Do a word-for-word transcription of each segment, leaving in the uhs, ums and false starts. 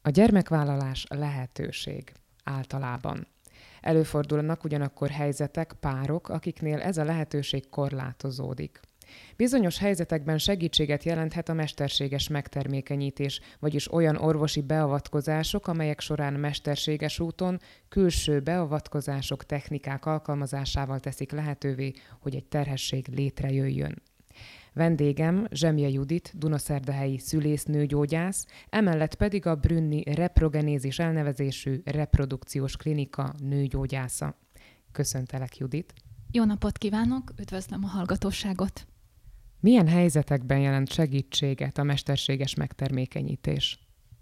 A gyermekvállalás lehetőség általában. Előfordulnak ugyanakkor helyzetek, párok, akiknél ez a lehetőség korlátozódik. Bizonyos helyzetekben segítséget jelenthet a mesterséges megtermékenyítés, vagyis olyan orvosi beavatkozások, amelyek során mesterséges úton külső beavatkozások, technikák alkalmazásával teszik lehetővé, hogy egy terhesség létrejöjjön. Vendégem Zsemje Judit, dunaszerdahelyi szülésznőgyógyász, emellett pedig a Brünni Reprogenézis elnevezésű reprodukciós klinika nőgyógyásza. Köszöntelek, Judit! Jó napot kívánok, üdvözlöm a hallgatóságot! Milyen helyzetekben jelent segítséget a mesterséges megtermékenyítés?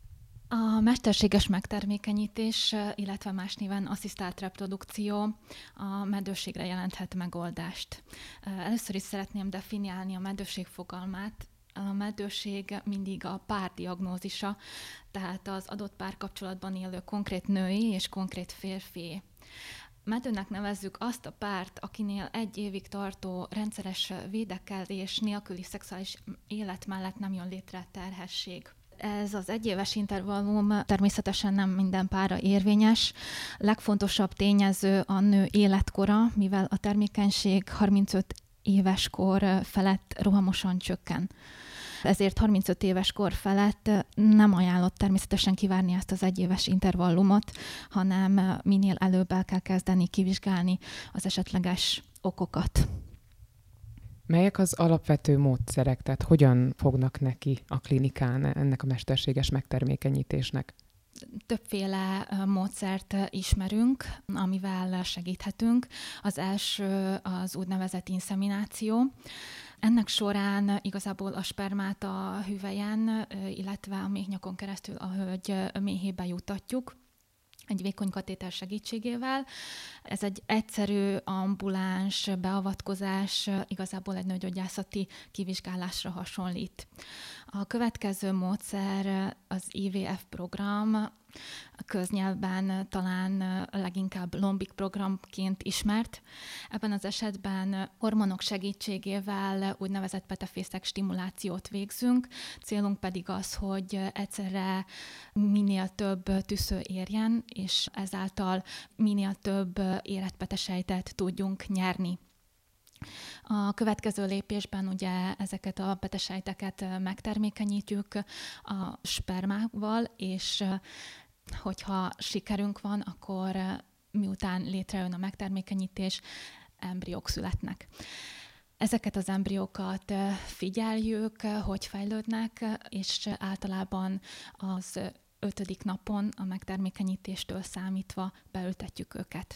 A mesterséges megtermékenyítés, illetve más néven asszisztált reprodukció a meddőségre jelenthet megoldást. Először is szeretném definiálni a meddőség fogalmát. A meddőség mindig a párdiagnózisa, tehát az adott párkapcsolatban élő konkrét női és konkrét férfi. Meddőnek nevezzük azt a párt, akinél egy évig tartó rendszeres védekezés nélküli szexuális élet mellett nem jön létre terhesség. Ez az egyéves intervallum természetesen nem minden párra érvényes. Legfontosabb tényező a nő életkora, mivel a termékenység harmincöt éves kor felett rohamosan csökken. Ezért harmincöt éves kor felett nem ajánlott természetesen kivárni ezt az egyéves intervallumot, hanem minél előbb el kell kezdeni kivizsgálni az esetleges okokat. Melyek az alapvető módszerek, tehát hogyan fognak neki a klinikán ennek a mesterséges megtermékenyítésnek? Többféle módszert ismerünk, amivel segíthetünk. Az első az úgynevezett inszemináció. Ennek során igazából a spermát a hüvelyen, illetve a méhnyakon keresztül a hölgy méhébe juttatjuk egy vékony katéter segítségével. Ez egy egyszerű, ambuláns beavatkozás, igazából egy nőgyógyászati kivizsgálásra hasonlít. A következő módszer az I V F program, a köznyelvben talán leginkább lombik programként ismert. Ebben az esetben hormonok segítségével úgynevezett petefészek stimulációt végzünk. Célunk pedig az, hogy egyszerre minél több tüsző érjen, és ezáltal minél több érett petesejtet tudjunk nyerni. A következő lépésben ugye ezeket a petesejteket megtermékenyítjük a spermával, és hogyha sikerünk van, akkor miután létrejön a megtermékenyítés, embriók születnek. Ezeket az embriókat figyeljük, hogy fejlődnek, és általában az ötödik napon a megtermékenyítéstől számítva beültetjük őket.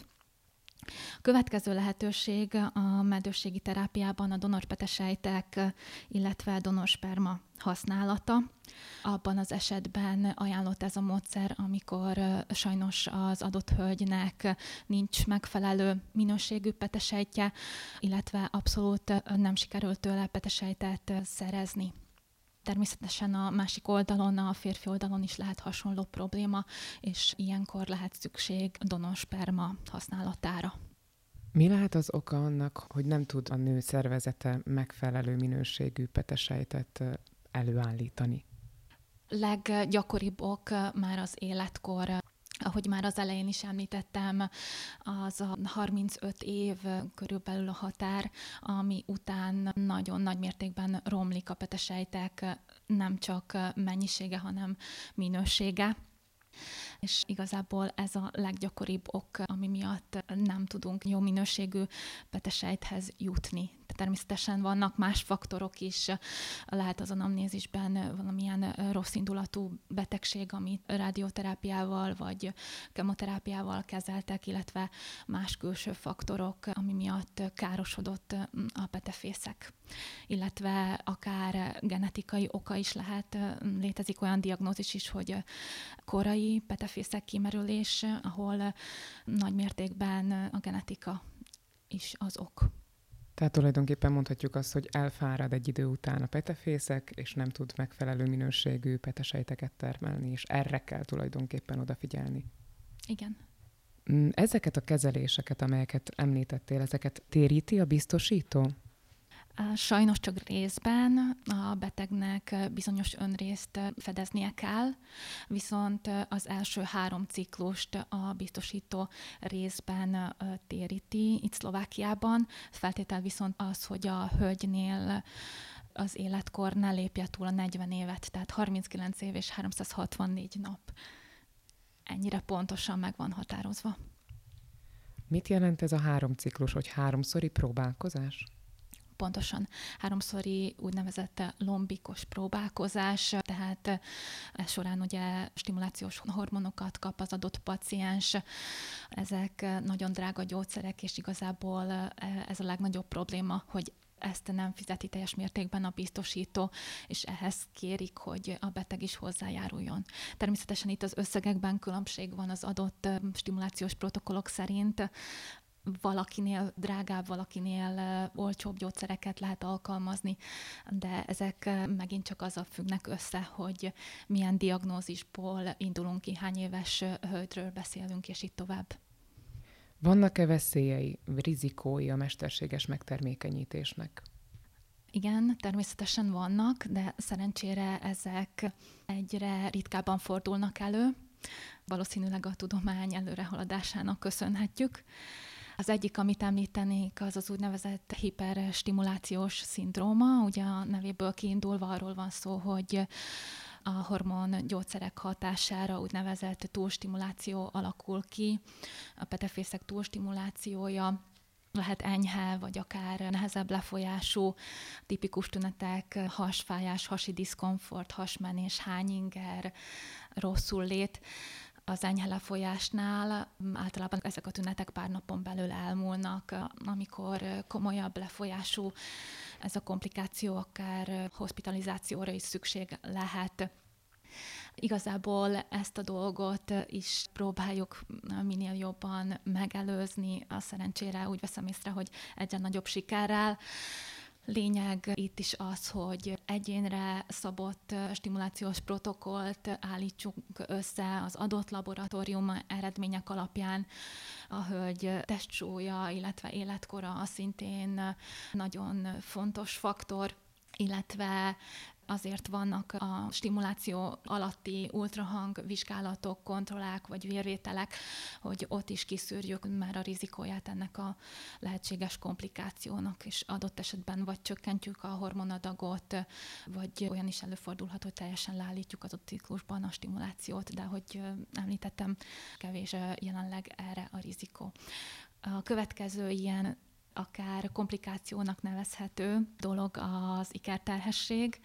A következő lehetőség a meddőségi terápiában a donorpetesejtek, illetve donorsperma használata. Abban az esetben ajánlott ez a módszer, amikor sajnos az adott hölgynek nincs megfelelő minőségű petesejtje, illetve abszolút nem sikerült tőle petesejtet szerezni. Természetesen a másik oldalon, a férfi oldalon is lehet hasonló probléma, és ilyenkor lehet szükség donorsperma használatára. Mi lehet az oka annak, hogy nem tud a nő szervezete megfelelő minőségű petesejtet előállítani? Leggyakoribb ok már az életkor. Ahogy már az elején is említettem, az a harmincöt év körülbelül a határ, ami után nagyon nagy mértékben romlik a petesejtek, nem csak mennyisége, hanem minősége. És igazából ez a leggyakoribb ok, ami miatt nem tudunk jó minőségű petesejthez jutni. Természetesen vannak más faktorok is, lehet az anamnézisben valamilyen rosszindulatú betegség, amit radioterápiával vagy kemoterápiával kezeltek, illetve más külső faktorok, ami miatt károsodott a petefészek. Illetve akár genetikai oka is lehet, létezik olyan diagnózis is, hogy korai petefészek kimerülés, ahol nagy mértékben a genetika is az ok. Tehát tulajdonképpen mondhatjuk azt, hogy elfárad egy idő után a petefészek, és nem tud megfelelő minőségű petesejteket termelni, és erre kell tulajdonképpen odafigyelni. Igen. Ezeket a kezeléseket, amelyeket említettél, ezeket téríti a biztosító? Sajnos csak részben a betegnek bizonyos önrészt fedeznie kell, viszont az első három ciklust a biztosító részben téríti itt Szlovákiában. Feltétel viszont az, hogy a hölgynél az életkor ne lépje túl a negyven évet, tehát harminckilenc év és háromszázhatvannégy nap. Ennyire pontosan meg van határozva. Mit jelent ez a három ciklus, hogy háromszori próbálkozás? Pontosan háromszori úgynevezett lombikos próbálkozás, tehát ez során ugye stimulációs hormonokat kap az adott paciens. Ezek nagyon drága gyógyszerek, és igazából ez a legnagyobb probléma, hogy ezt nem fizeti teljes mértékben a biztosító, és ehhez kérik, hogy a beteg is hozzájáruljon. Természetesen itt az összegekben különbség van az adott stimulációs protokollok szerint. Valakinél drágább, valakinél olcsóbb gyógyszereket lehet alkalmazni, de ezek megint csak azzal függnek össze, hogy milyen diagnózisból indulunk ki, hány éves hölgyről beszélünk, és így tovább. Vannak-e veszélyei, rizikói a mesterséges megtermékenyítésnek? Igen, természetesen vannak, de szerencsére ezek egyre ritkábban fordulnak elő. Valószínűleg a tudomány előrehaladásának köszönhetjük. Az egyik, amit említenék, az az úgynevezett hiperstimulációs szindróma. Ugye a nevéből kiindulva arról van szó, hogy a hormongyógyszerek hatására úgynevezett túlstimuláció alakul ki. A petefészek túlstimulációja lehet enyhe, vagy akár nehezebb lefolyású. Tipikus tünetek: hasfájás, hasi diszkomfort, hasmenés, hányinger, rosszullét. Az enyhe lefolyásnál általában ezek a tünetek pár napon belül elmúlnak, amikor komolyabb lefolyású ez a komplikáció, akár hospitalizációra is szükség lehet. Igazából ezt a dolgot is próbáljuk minél jobban megelőzni. A szerencsére úgy veszem észre, hogy egyre nagyobb sikerrel. Lényeg itt is az, hogy egyénre szabott stimulációs protokollt állítsunk össze az adott laboratórium eredmények alapján. A hölgy testsúlya, illetve életkora szintén nagyon fontos faktor, illetve azért vannak a stimuláció alatti ultrahang vizsgálatok, kontrollák vagy vérvételek, hogy ott is kiszűrjük már a rizikóját ennek a lehetséges komplikációnak, és adott esetben vagy csökkentjük a hormonadagot, vagy olyan is előfordulhat, hogy teljesen leállítjuk az ott ciklusban a stimulációt, de hogy említettem, kevés jelenleg erre a rizikó. A következő ilyen akár komplikációnak nevezhető dolog az ikerterhesség.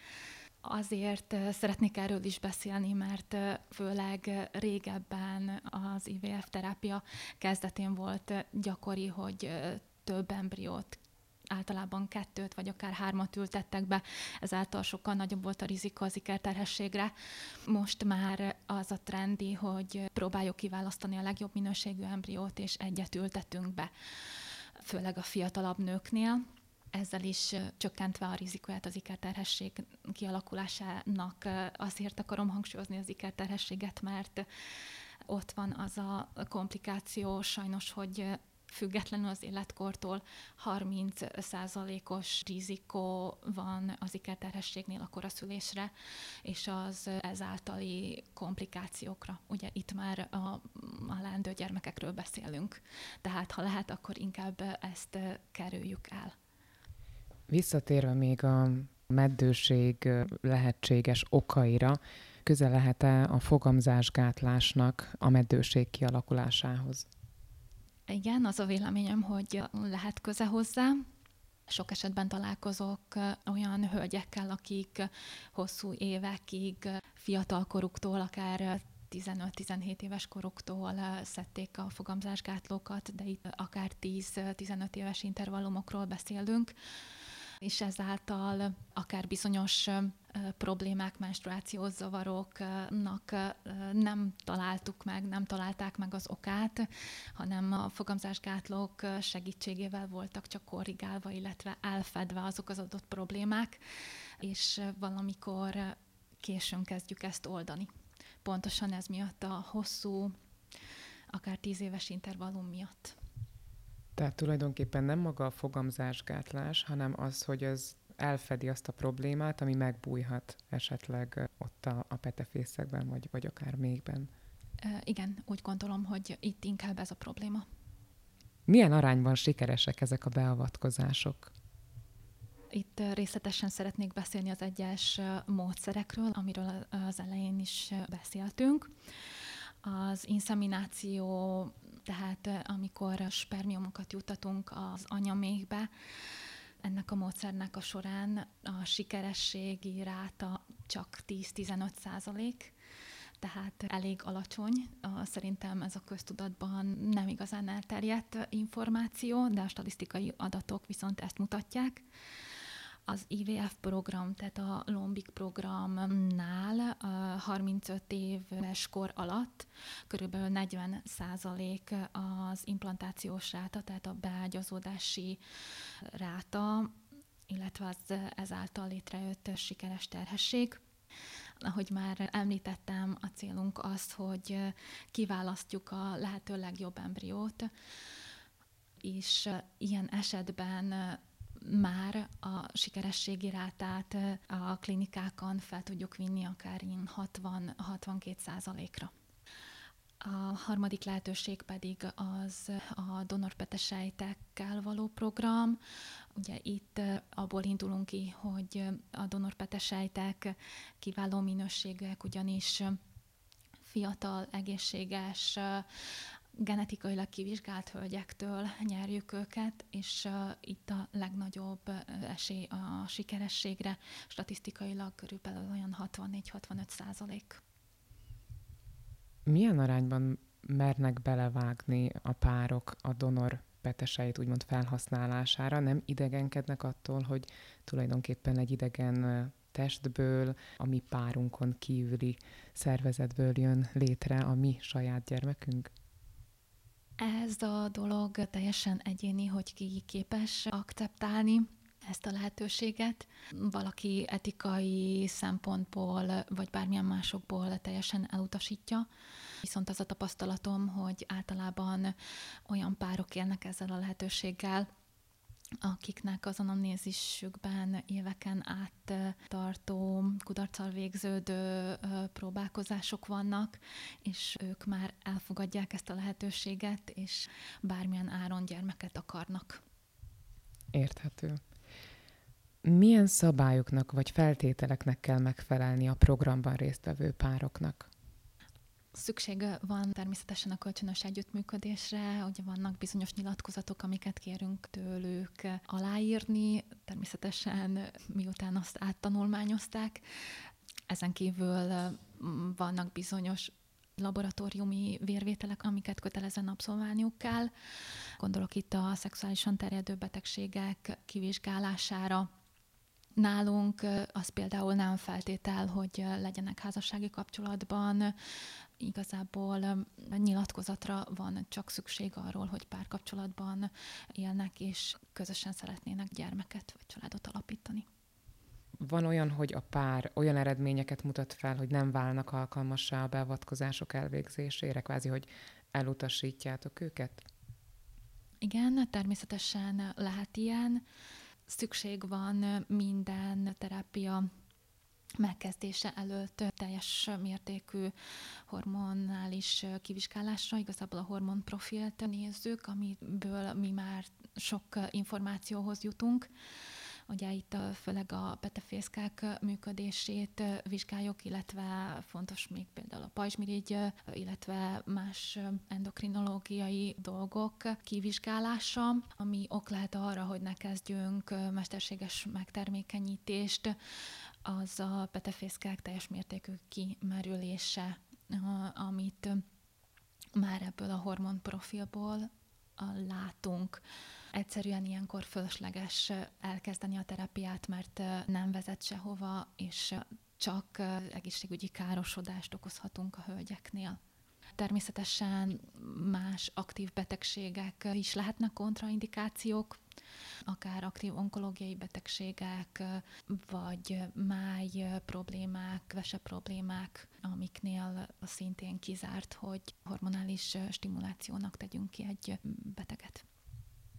Azért szeretnék erről is beszélni, mert főleg régebben az i vé ef terápia kezdetén volt gyakori, hogy több embriót, általában kettőt vagy akár hármat ültettek be, ezáltal sokkal nagyobb volt a rizika az ikerterhességre. Most már az a trendi, hogy próbáljuk kiválasztani a legjobb minőségű embriót, és egyet ültetünk be, főleg a fiatalabb nőknél, ezzel is csökkentve a rizikóját az ikerterhesség kialakulásának. Azért akarom hangsúlyozni az ikerterhességet, mert ott van az a komplikáció sajnos, hogy függetlenül az életkortól harminc százalékos rizikó van az ikerterhességnél a koraszülésre, és az ezáltali komplikációkra. Ugye itt már a, a leendő gyermekekről beszélünk, tehát ha lehet, akkor inkább ezt kerüljük el. Visszatérve még a meddőség lehetséges okaira, köze lehet-e a fogamzásgátlásnak a meddőség kialakulásához? Igen, az a véleményem, hogy lehet köze hozzá. Sok esetben találkozok olyan hölgyekkel, akik hosszú évekig fiatalkoruktól, akár tizenöt-tizenhét éves koruktól szedték a fogamzásgátlókat, de itt akár tíz-tizenöt éves intervallumokról beszélünk, és ezáltal akár bizonyos problémák, menstruációs zavaroknak nem találtuk meg, nem találták meg az okát, hanem a fogamzásgátlók segítségével voltak csak korrigálva, illetve elfedve azok az adott problémák, és valamikor későn kezdjük ezt oldani. Pontosan ez miatt a hosszú, akár tíz éves intervallum miatt. Tehát tulajdonképpen nem maga a fogamzásgátlás, hanem az, hogy az elfedi azt a problémát, ami megbújhat esetleg ott a, a petefészekben, vagy, vagy akár méhben. E, igen, úgy gondolom, hogy itt inkább ez a probléma. Milyen arányban sikeresek ezek a beavatkozások? Itt részletesen szeretnék beszélni az egyes módszerekről, amiről az elején is beszéltünk. Az inszemináció, tehát amikor spermiumokat juttatunk az anyaméhbe, ennek a módszernek a során a sikerességi ráta csak tíz-tizenöt százalék, tehát elég alacsony. Szerintem ez a köztudatban nem igazán elterjedt információ, de a statisztikai adatok viszont ezt mutatják. Az i vé ef program, tehát a Lombik programnál harmincöt éves kor alatt körülbelül negyven százalék az implantációs ráta, tehát a beágyazódási ráta, illetve az ezáltal létrejött sikeres terhesség. Ahogy már említettem, a célunk az, hogy kiválasztjuk a lehető legjobb embriót, és ilyen esetben már a sikerességi rátát a klinikákon fel tudjuk vinni akár hatvan-hatvankét százalékra. A harmadik lehetőség pedig az a donorpetesejtekkel való program. Ugye itt abból indulunk ki, hogy a donorpetesejtek kiváló minőségűek, ugyanis fiatal, egészséges, genetikailag kivizsgált hölgyektől nyerjük őket, és uh, itt a legnagyobb uh, esély a sikerességre, statisztikailag körülbelül olyan hatvannégy-hatvanöt százalék. Milyen arányban mernek belevágni a párok a donor peteseit úgymond felhasználására? Nem idegenkednek attól, hogy tulajdonképpen egy idegen testből, a mi párunkon kívüli szervezetből jön létre a mi saját gyermekünk? Ez a dolog teljesen egyéni, hogy ki képes akceptálni ezt a lehetőséget. Valaki etikai szempontból, vagy bármilyen másokból teljesen elutasítja. Viszont az a tapasztalatom, hogy általában olyan párok élnek ezzel a lehetőséggel, akiknek az anamnézisükben éveken át tartó, kudarccal végződő próbálkozások vannak, és ők már elfogadják ezt a lehetőséget, és bármilyen áron gyermeket akarnak. Érthető. Milyen szabályoknak vagy feltételeknek kell megfelelni a programban résztvevő pároknak? Szükség van természetesen a kölcsönös együttműködésre, ugye vannak bizonyos nyilatkozatok, amiket kérünk tőlük aláírni, természetesen miután azt áttanulmányozták. Ezen kívül vannak bizonyos laboratóriumi vérvételek, amiket kötelezően abszolválniuk kell. Gondolok itt a szexuálisan terjedő betegségek kivizsgálására. Nálunk az például nem feltétel, hogy legyenek házassági kapcsolatban. Igazából nyilatkozatra van csak szükség arról, hogy párkapcsolatban élnek, és közösen szeretnének gyermeket vagy családot alapítani. Van olyan, hogy a pár olyan eredményeket mutat fel, hogy nem válnak alkalmassá a beavatkozások elvégzésére, kvázi, hogy elutasítjátok őket? Igen, természetesen lehet ilyen. Szükség van minden terápia megkezdése előtt teljes mértékű hormonális kivizsgálásra, igazából a hormonprofilt nézzük, amiből mi már sok információhoz jutunk. Ugye itt főleg a petefészkák működését vizsgáljuk, illetve fontos még például a pajzsmirigy, illetve más endokrinológiai dolgok kivizsgálása, ami ok lehet arra, hogy ne kezdjünk mesterséges megtermékenyítést, az a petefészkák teljes mértékű kimerülése, amit már ebből a hormonprofilból látunk. Egyszerűen ilyenkor fölösleges elkezdeni a terápiát, mert nem vezet sehova, és csak egészségügyi károsodást okozhatunk a hölgyeknél. Természetesen más aktív betegségek is lehetnek kontraindikációk, akár aktív onkológiai betegségek, vagy máj problémák, vese problémák, amiknél szintén kizárt, hogy hormonális stimulációnak tegyünk ki egy beteget.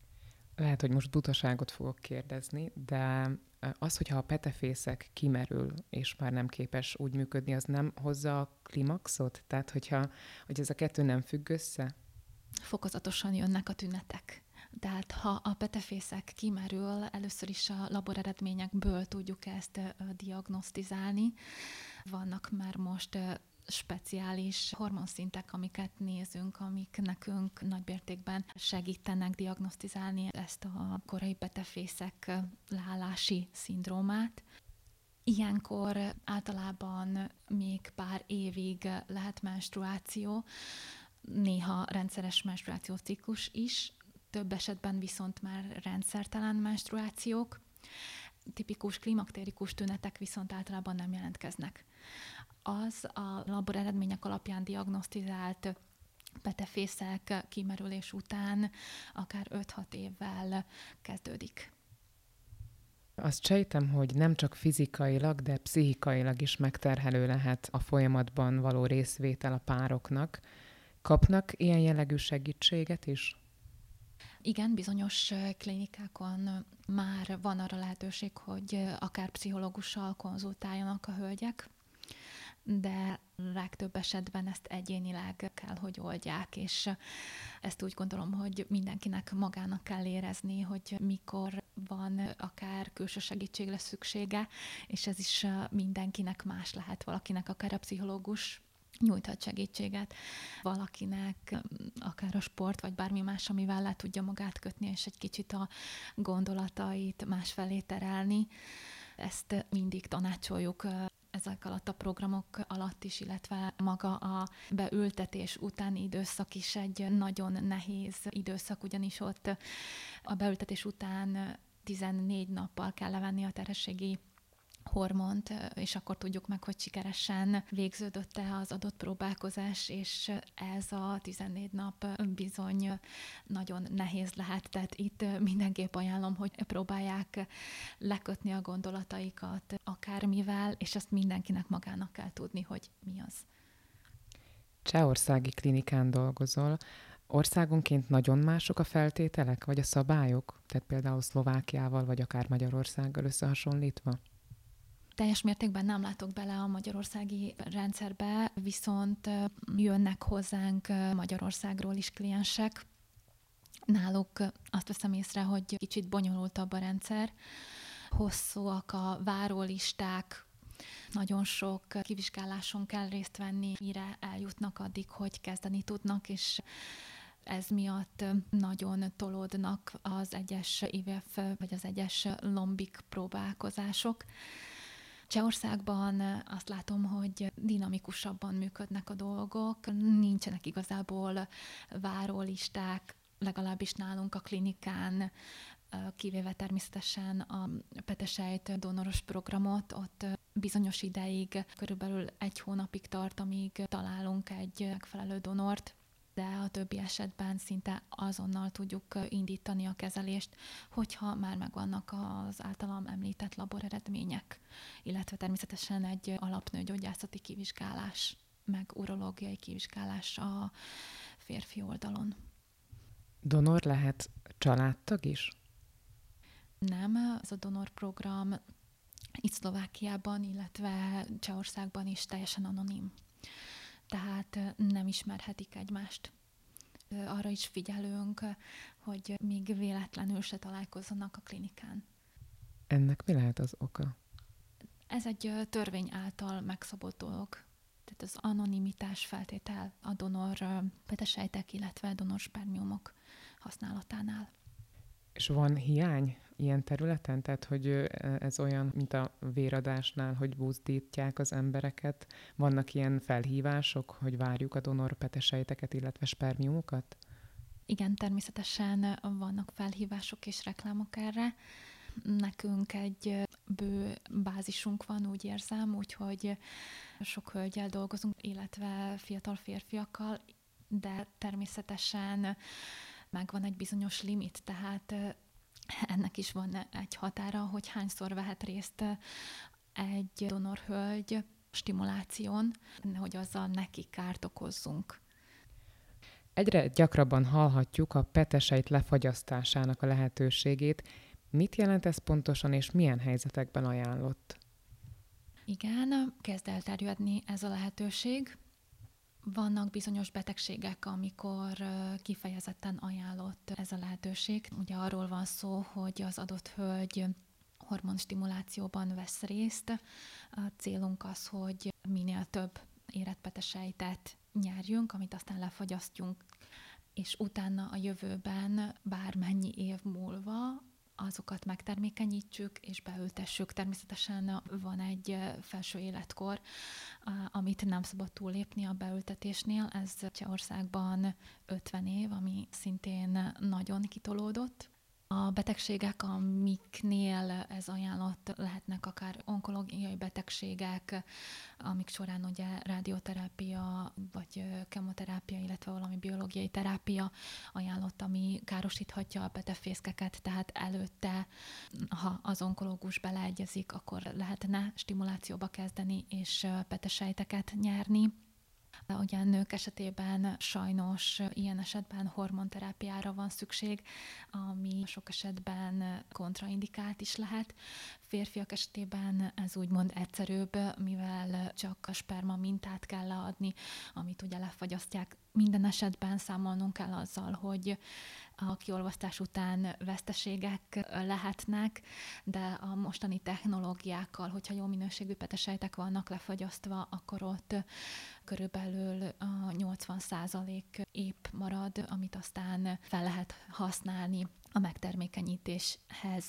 Lehet, hogy most butaságot fogok kérdezni, de az, hogyha a petefészek kimerül, és már nem képes úgy működni, az nem hozza a klimaxot? Tehát, hogyha, hogy ez a kettő nem függ össze? Fokozatosan jönnek a tünetek. Tehát ha a petefészek kimerül, először is a laboreredményekből tudjuk ezt diagnosztizálni. Vannak már most speciális hormonszintek, amiket nézünk, amik nekünk nagymértékben segítenek diagnosztizálni ezt a korai petefészek leállási szindrómát. Ilyenkor általában még pár évig lehet menstruáció, néha rendszeres menstruációciklus is, több esetben viszont már rendszertelen menstruációk. Tipikus klimaktérikus tünetek viszont általában nem jelentkeznek. Az a labor eredmények alapján diagnosztizált petefészek kimerülés után akár öt-hat évvel kezdődik. Azt sejtem, hogy nem csak fizikailag, de pszichikailag is megterhelő lehet a folyamatban való részvétel a pároknak. Kapnak ilyen jellegű segítséget is? Igen, bizonyos klinikákon már van arra lehetőség, hogy akár pszichológussal konzultáljanak a hölgyek, de legtöbb esetben ezt egyénileg kell, hogy oldják, és ezt úgy gondolom, hogy mindenkinek magának kell érezni, hogy mikor van akár külső segítségre szüksége, és ez is mindenkinek más lehet, valakinek akár a pszichológus nyújthat segítséget, valakinek akár a sport, vagy bármi más, amivel le tudja magát kötni, és egy kicsit a gondolatait másfelé terelni. Ezt mindig tanácsoljuk ezek alatt a programok alatt is, illetve maga a beültetés utáni időszak is egy nagyon nehéz időszak, ugyanis ott a beültetés után tizennégy nappal kell levenni a terhességi hormont, és akkor tudjuk meg, hogy sikeresen végződött-e az adott próbálkozás, és ez a tizennégy nap bizony nagyon nehéz lehet. Tehát itt mindenképp ajánlom, hogy próbálják lekötni a gondolataikat akármivel, és ezt mindenkinek magának kell tudni, hogy mi az. Csehországi klinikán dolgozol. Országonként nagyon mások a feltételek, vagy a szabályok? Tehát például Szlovákiával, vagy akár Magyarországgal összehasonlítva? Teljes mértékben nem látok bele a magyarországi rendszerbe, viszont jönnek hozzánk Magyarországról is kliensek. Náluk azt veszem észre, hogy kicsit bonyolultabb a rendszer, hosszúak a várólisták, nagyon sok kivizsgáláson kell részt venni, mire eljutnak addig, hogy kezdeni tudnak, és ez miatt nagyon tolódnak az egyes I V F vagy az egyes lombik próbálkozások. Csehországban azt látom, hogy dinamikusabban működnek a dolgok, nincsenek igazából várólisták, legalábbis nálunk a klinikán, kivéve természetesen a petesejt donoros programot, ott bizonyos ideig, körülbelül egy hónapig tart, amíg találunk egy megfelelő donort, de a többi esetben szinte azonnal tudjuk indítani a kezelést, hogyha már megvannak az általam említett laboreredmények, illetve természetesen egy alapnőgyógyászati kivizsgálás, meg urológiai kivizsgálás a férfi oldalon. Donor lehet családtag is? Nem, ez a donor program itt Szlovákiában, illetve Csehországban is teljesen anonim. Tehát nem ismerhetik egymást. Arra is figyelünk, hogy még véletlenül se találkozzanak a klinikán. Ennek mi lehet az oka? Ez egy törvény által megszabott dolog. Tehát az anonimitás feltétel a donor petesejtek, illetve donor spermiumok használatánál. És van hiány ilyen területen? Tehát, hogy ez olyan, mint a véradásnál, hogy buzdítják az embereket? Vannak ilyen felhívások, hogy várjuk a donor petesejteket, illetve spermiumokat? Igen, természetesen vannak felhívások és reklámok erre. Nekünk egy bő bázisunk van, úgy érzem, úgyhogy sok hölgyel dolgozunk, illetve fiatal férfiakkal, de természetesen megvan egy bizonyos limit, tehát ennek is van egy határa, hogy hányszor vehet részt egy donorhölgy stimuláción, hogy azzal neki kárt okozzunk. Egyre gyakrabban hallhatjuk a petesejt lefagyasztásának a lehetőségét. Mit jelent ez pontosan, és milyen helyzetekben ajánlott? Igen, kezd elterjedni ez a lehetőség. Vannak bizonyos betegségek, amikor kifejezetten ajánlott ez a lehetőség. Ugye arról van szó, hogy az adott hölgy hormonstimulációban vesz részt. A célunk az, hogy minél több érett petesejtet nyerjünk, amit aztán lefagyasztjunk, és utána a jövőben bármennyi év múlva azokat megtermékenyítsük és beültessük. Természetesen van egy felső életkor, amit nem szabad túllépni a beültetésnél. Ez Csehországban ötven év, ami szintén nagyon kitolódott. A betegségek, amiknél ez ajánlott, lehetnek akár onkológiai betegségek, amik során ugye rádióterápia, vagy kemoterápia, illetve valami biológiai terápia ajánlott, ami károsíthatja a petefészkeket, tehát előtte, ha az onkológus beleegyezik, akkor lehetne stimulációba kezdeni és petesejteket nyerni. Ugye a nők esetében sajnos ilyen esetben hormonterápiára van szükség, ami sok esetben kontraindikált is lehet. Férfiak esetében ez úgymond egyszerűbb, mivel csak a sperma mintát kell leadni, amit ugye lefagyasztják. Minden esetben számolnunk kell azzal, hogy a kiolvasztás után veszteségek lehetnek, de a mostani technológiákkal, hogyha jó minőségű petesejtek vannak lefagyasztva, akkor ott körülbelül a nyolcvan százalék épp marad, amit aztán fel lehet használni a megtermékenyítéshez.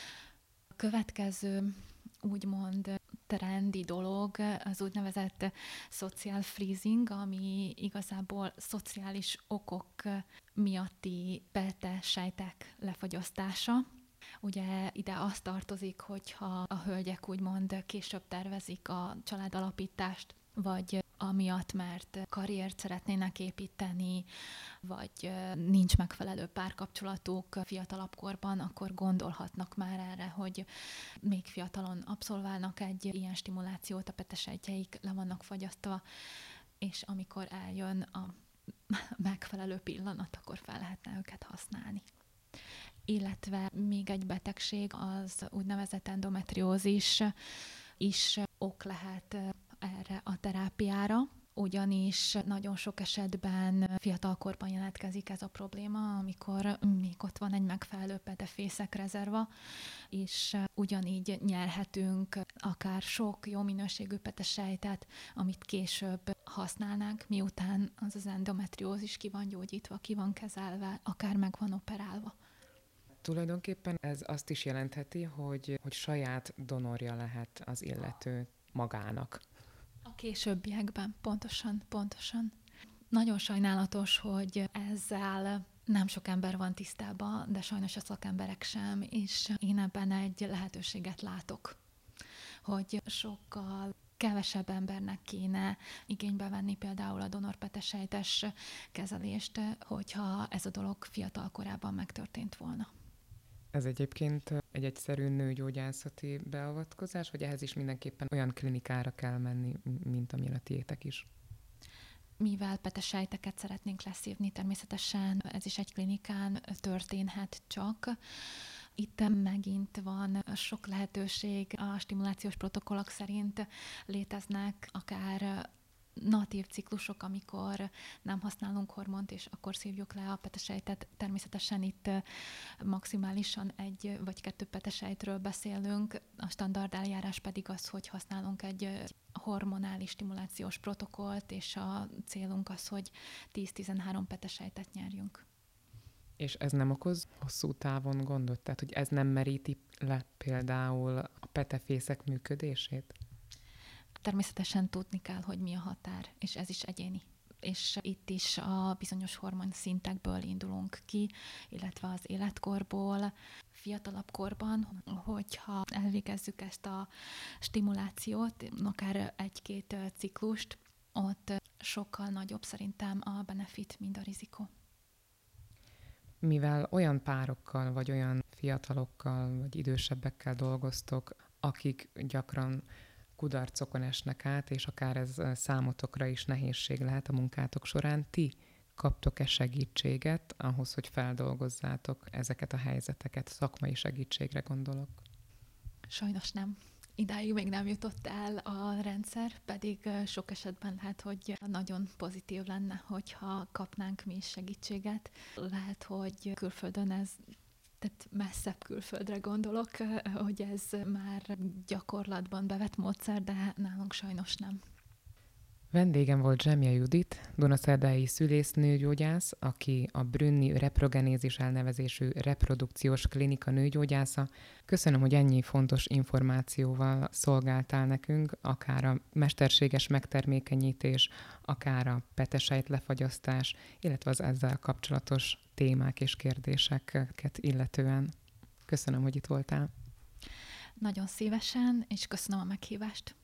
A következő úgymond trendi dolog az úgynevezett social freezing, ami igazából szociális okok miatti petesejtek lefagyasztása. Ugye ide az tartozik, hogyha a hölgyek úgymond később tervezik a családalapítást, vagy amiatt, mert karriert szeretnének építeni, vagy nincs megfelelő párkapcsolatuk fiatalabb korban, akkor gondolhatnak már erre, hogy még fiatalon abszolválnak egy ilyen stimulációt, a petesejtjeik le vannak fagyasztva, és amikor eljön a megfelelő pillanat, akkor fel lehetne őket használni. Illetve még egy betegség, az úgynevezett endometriózis is ok lehet erre a terápiára, ugyanis nagyon sok esetben fiatalkorban jelentkezik ez a probléma, amikor még ott van egy megfelelő petefészek rezerva, és ugyanígy nyerhetünk akár sok jó minőségű petesejtet, amit később használnánk, miután az az endometriózis ki van gyógyítva, ki van kezelve, akár meg van operálva. Tulajdonképpen ez azt is jelentheti, hogy, hogy saját donorja lehet az illető magának. A későbbiekben, pontosan, pontosan. Nagyon sajnálatos, hogy ezzel nem sok ember van tisztában, de sajnos a szakemberek sem, és én ebben egy lehetőséget látok, hogy sokkal kevesebb embernek kéne igénybe venni például a donorpetesejtes kezelést, hogyha ez a dolog fiatal korában megtörtént volna. Ez egyébként egy egyszerű nőgyógyászati beavatkozás, vagy ehhez is mindenképpen olyan klinikára kell menni, mint amilyen a tiétek is? Mivel petesejteket szeretnénk leszívni, természetesen ez is egy klinikán történhet csak. Itt megint van sok lehetőség, a stimulációs protokollok szerint léteznek akár natív ciklusok, amikor nem használunk hormont, és akkor szívjuk le a petesejtet. Természetesen itt maximálisan egy vagy kettő petesejtről beszélünk. A standard eljárás pedig az, hogy használunk egy hormonális stimulációs protokollt, és a célunk az, hogy tíz-tizenhárom petesejtet nyerjünk. És ez nem okoz hosszú távon gondot? Tehát, hogy ez nem meríti le például a petefészek működését? Természetesen tudni kell, hogy mi a határ, és ez is egyéni. És itt is a bizonyos hormonszintekből indulunk ki, illetve az életkorból, fiatalabb korban, hogyha elvégezzük ezt a stimulációt, akár egy-két ciklust, ott sokkal nagyobb szerintem a benefit, mint a rizikó. Mivel olyan párokkal, vagy olyan fiatalokkal, vagy idősebbekkel dolgoztok, akik gyakran kudarcokon esnek át, és akár ez számotokra is nehézség lehet a munkátok során, ti kaptok-e segítséget ahhoz, hogy feldolgozzátok ezeket a helyzeteket? Szakmai segítségre gondolok. Sajnos nem. Idáig még nem jutott el a rendszer, pedig sok esetben lehet, hogy nagyon pozitív lenne, hogyha kapnánk mi is segítséget. Lehet, hogy külföldön ez, tehát messzebb külföldre gondolok, hogy ez már gyakorlatban bevett módszer, de nálunk sajnos nem. Vendégem volt Zsemje Judit, dunaszerdái szülésznőgyógyász, aki a Brünni Reprogenézis elnevezésű reprodukciós klinika nőgyógyásza. Köszönöm, hogy ennyi fontos információval szolgáltál nekünk, akár a mesterséges megtermékenyítés, akár a petesejt lefagyasztás, illetve az ezzel kapcsolatos témák és kérdéseket illetően. Köszönöm, hogy itt voltál. Nagyon szívesen, és köszönöm a meghívást.